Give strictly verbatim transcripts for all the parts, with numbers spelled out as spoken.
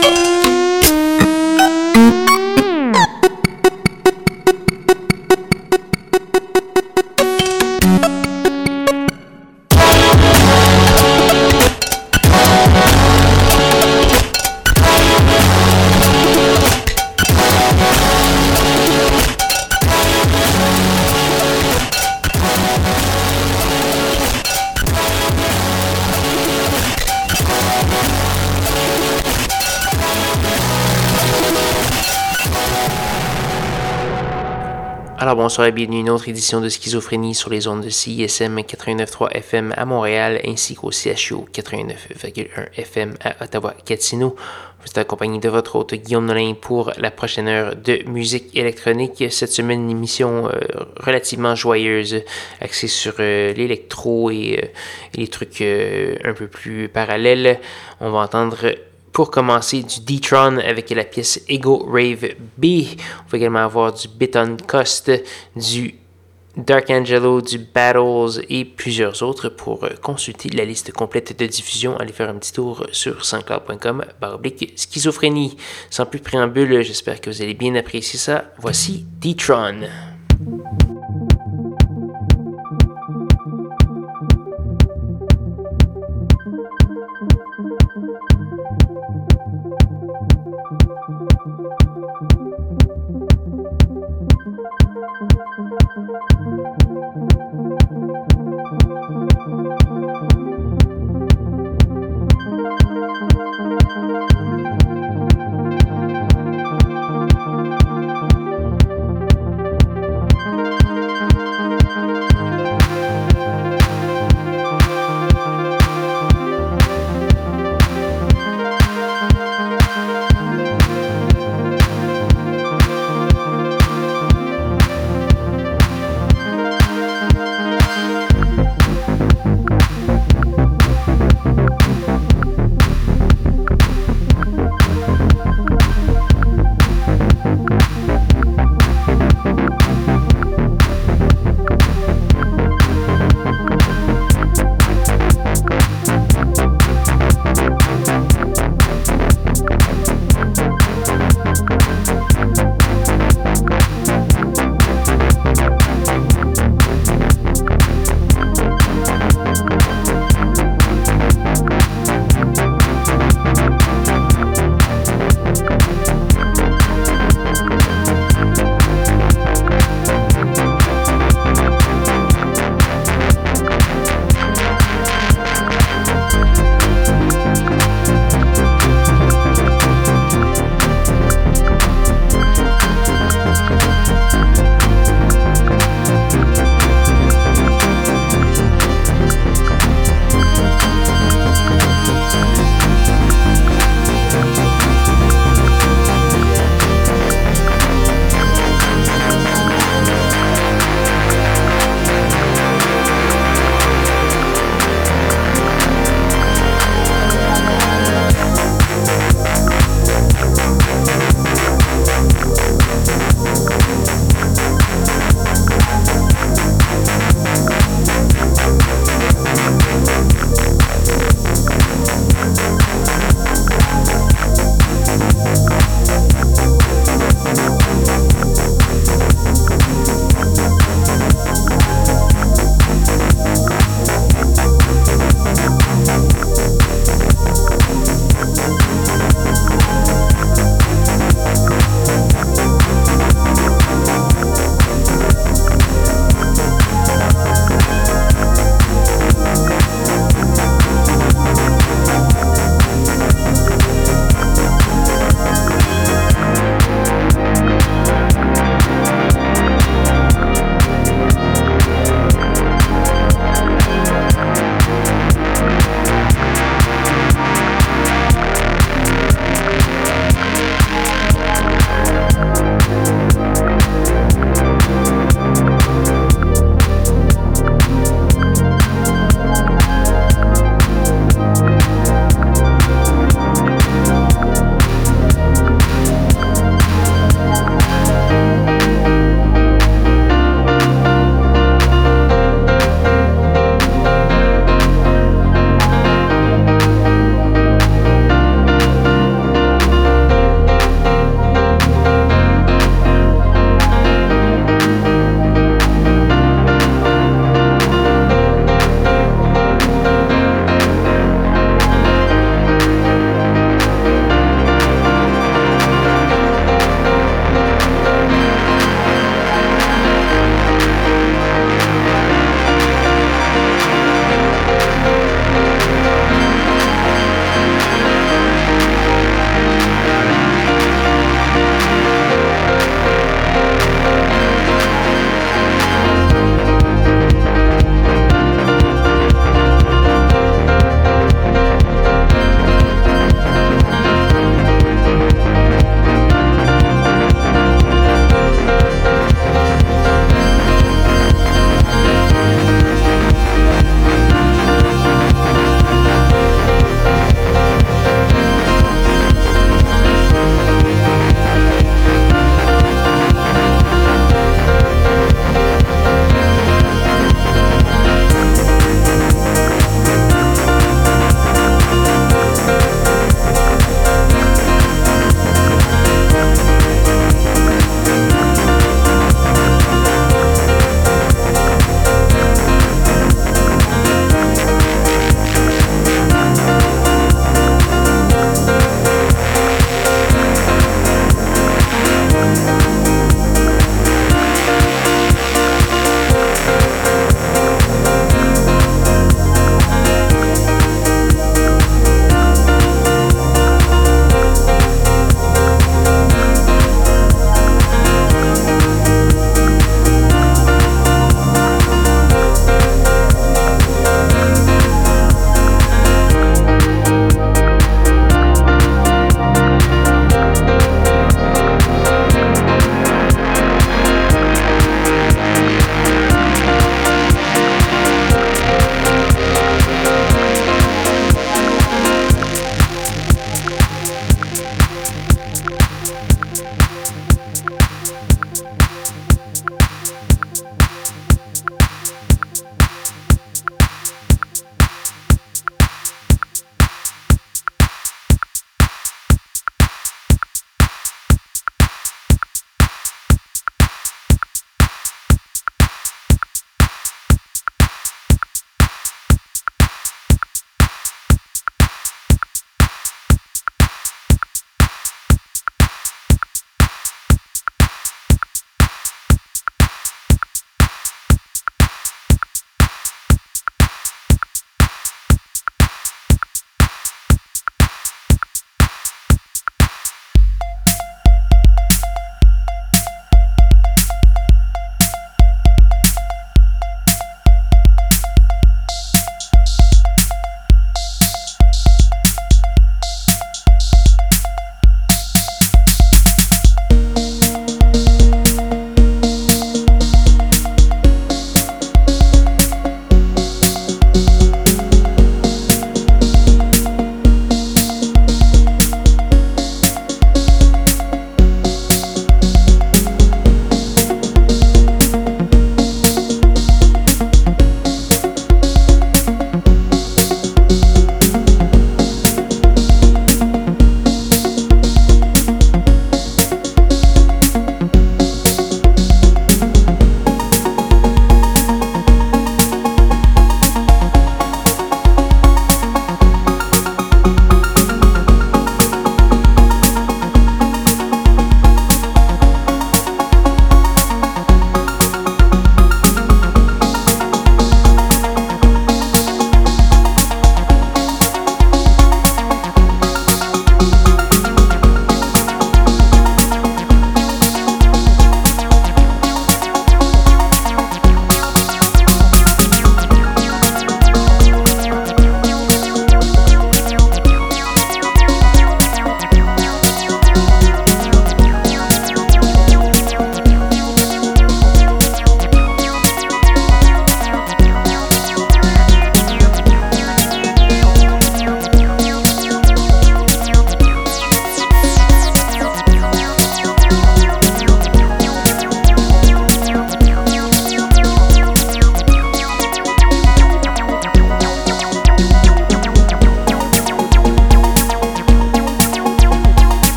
Alors bonsoir et bienvenue à une autre édition de Schizophrénie sur les ondes de C I S M quatre-vingt-neuf virgule trois F M à Montréal ainsi qu'au C H U O quatre-vingt-neuf virgule un F M à Ottawa-Gatineau. Vous êtes accompagné de votre hôte Guillaume Nolin pour la prochaine heure de musique électronique. Cette semaine, une émission euh, relativement joyeuse, axée sur euh, l'électro et, euh, et les trucs euh, un peu plus parallèles. On va entendre... Pour commencer, du D-Tron avec la pièce Ego Rave B. On va également avoir du Bit on Cost, du Dark Angelo, du Battles et plusieurs autres. Pour consulter la liste complète de diffusion, allez faire un petit tour sur soundcloud point com barre oblique schizophrénie. Sans plus de préambule, j'espère que vous allez bien apprécier ça. Voici D-Tron.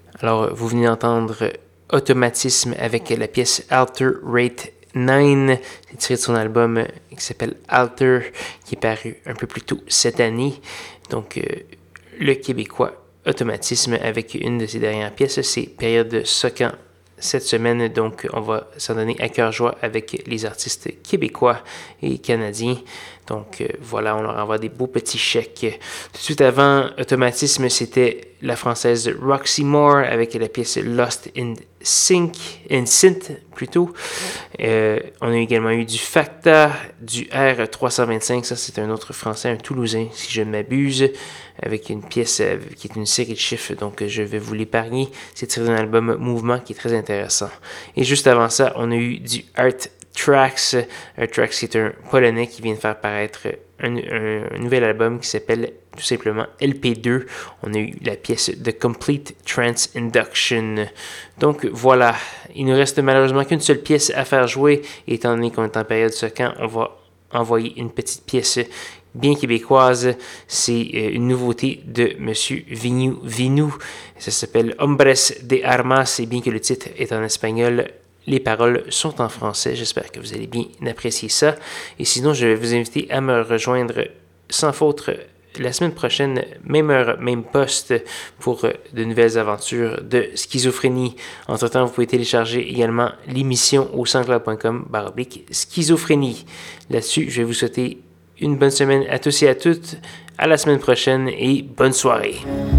Alors, vous venez d'entendre Automatisme avec la pièce Alter Rate neuf, c'est tiré de son album qui s'appelle Alter, qui est paru un peu plus tôt cette année. Donc, euh, le Québécois Automatisme avec une de ses dernières pièces, c'est Période Socan cette semaine. Donc, on va s'en donner à cœur joie avec les artistes québécois et canadiens. Donc, euh, voilà, on leur envoie des beaux petits chèques. Tout de suite avant Automatisme, c'était la française Roxy Moore avec la pièce Lost in Sync, in Synth plutôt. Euh, on a également eu du Facta, du R trois cent vingt-cinq, ça c'est un autre français, un Toulousain si je ne m'abuse, avec une pièce euh, qui est une série de chiffres, donc je vais vous l'épargner. C'est tiré d'un album Mouvement qui est très intéressant. Et juste avant ça, on a eu du Art Tracks. Art Tracks, c'est un Polonais qui vient de faire paraître un, un, un nouvel album qui s'appelle tout simplement L P deux. On a eu la pièce The Complete Trance Induction. Donc voilà, il nous reste malheureusement qu'une seule pièce à faire jouer. Et étant donné qu'on est en période Socan, on va envoyer une petite pièce bien québécoise. C'est une nouveauté de Monsieur Vinu Vinu. Ça s'appelle Hombres de Armas, et bien que le titre est en espagnol, les paroles sont en français. J'espère que vous allez bien apprécier ça. Et sinon, je vais vous inviter à me rejoindre sans faute la semaine prochaine, même heure, même poste, pour de nouvelles aventures de schizophrénie. Entre-temps, vous pouvez télécharger également l'émission au soundcloud point com barre oblique schizophrénie. Là-dessus, je vais vous souhaiter une bonne semaine à tous et à toutes. À la semaine prochaine et bonne soirée.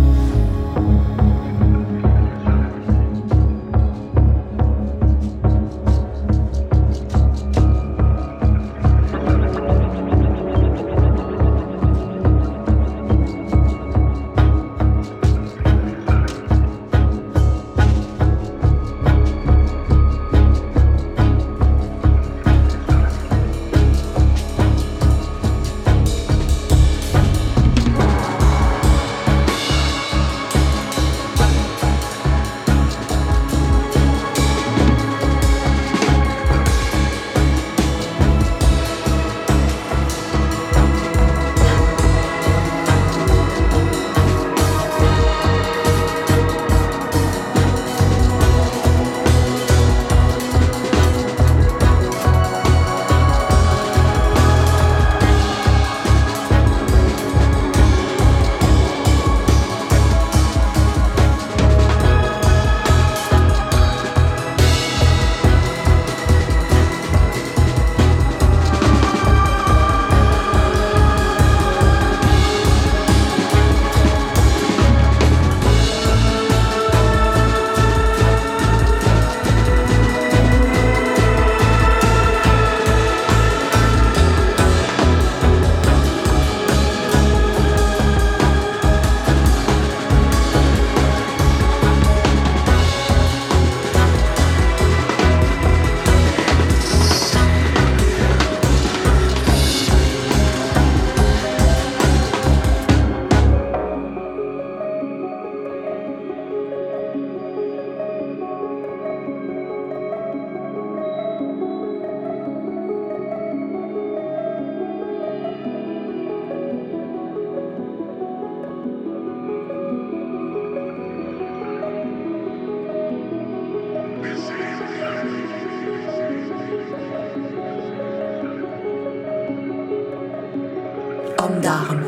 Homme d'armes.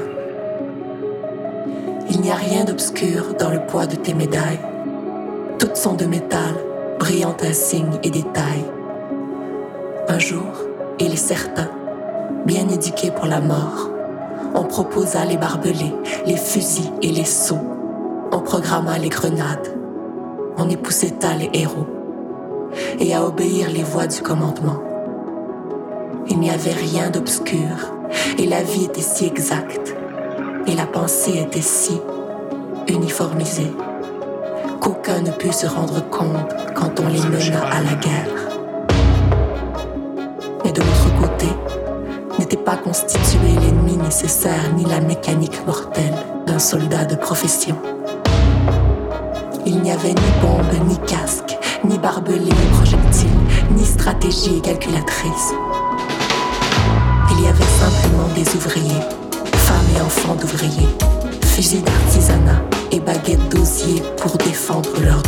Il n'y a rien d'obscur dans le poids de tes médailles. Toutes sont de métal, brillant insignes et détails. Un jour, il est certain, bien éduqué pour la mort, on proposa les barbelés, les fusils et les sceaux. On programma les grenades. On épousseta les héros. Et à obéir les voies du commandement. Il n'y avait rien d'obscur, et la vie était si exacte, et la pensée était si uniformisée, qu'aucun ne put se rendre compte quand on les mena à la guerre. Mais de l'autre côté, n'était pas constitué l'ennemi nécessaire ni la mécanique mortelle d'un soldat de profession. Il n'y avait ni bombe, ni casque, ni barbelé, ni projectile, ni stratégie calculatrice. Il y avait simplement des ouvriers, femmes et enfants d'ouvriers, fusils d'artisanat et baguettes d'osier pour défendre leurs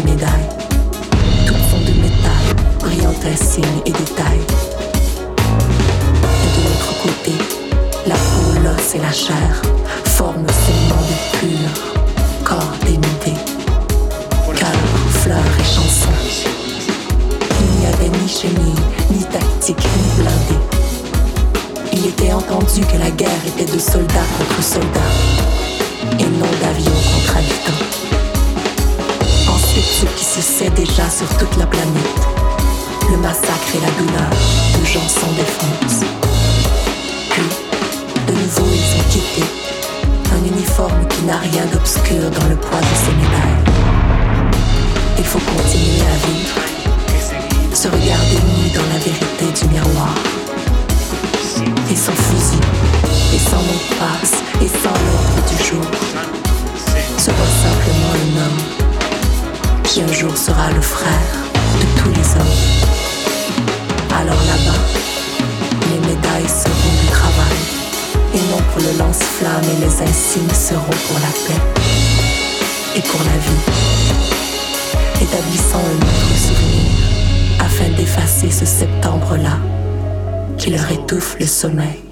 tes médailles. Toutes sont de métal, brillant insignes et détails. Et de l'autre côté, la peau, l'os et la chair forment seulement de purs corps dénudés. Cœurs, fleurs et chansons. Il n'y avait ni chenille, ni tactique, ni blindé. Il était entendu que la guerre était de soldats contre soldats, et non d'avions contre habitants. Ensuite, ce qui se sait déjà sur toute la planète, le massacre et la douleur de gens sans défense. Puis, de nouveau, ils ont quitté un uniforme qui n'a rien d'obscur dans le poids de ses médailles. Il faut continuer à vivre, se regarder nu dans la vérité du miroir. Et sans fusil, et sans mot de passe, et sans l'ordre du jour, se voit simplement un homme qui un jour sera le frère de tous les hommes. Alors là-bas, les médailles seront du travail, et non pour le lance-flamme, et les insignes seront pour la paix et pour la vie, établissant un autre souvenir afin d'effacer ce septembre-là qui leur étouffe le sommeil.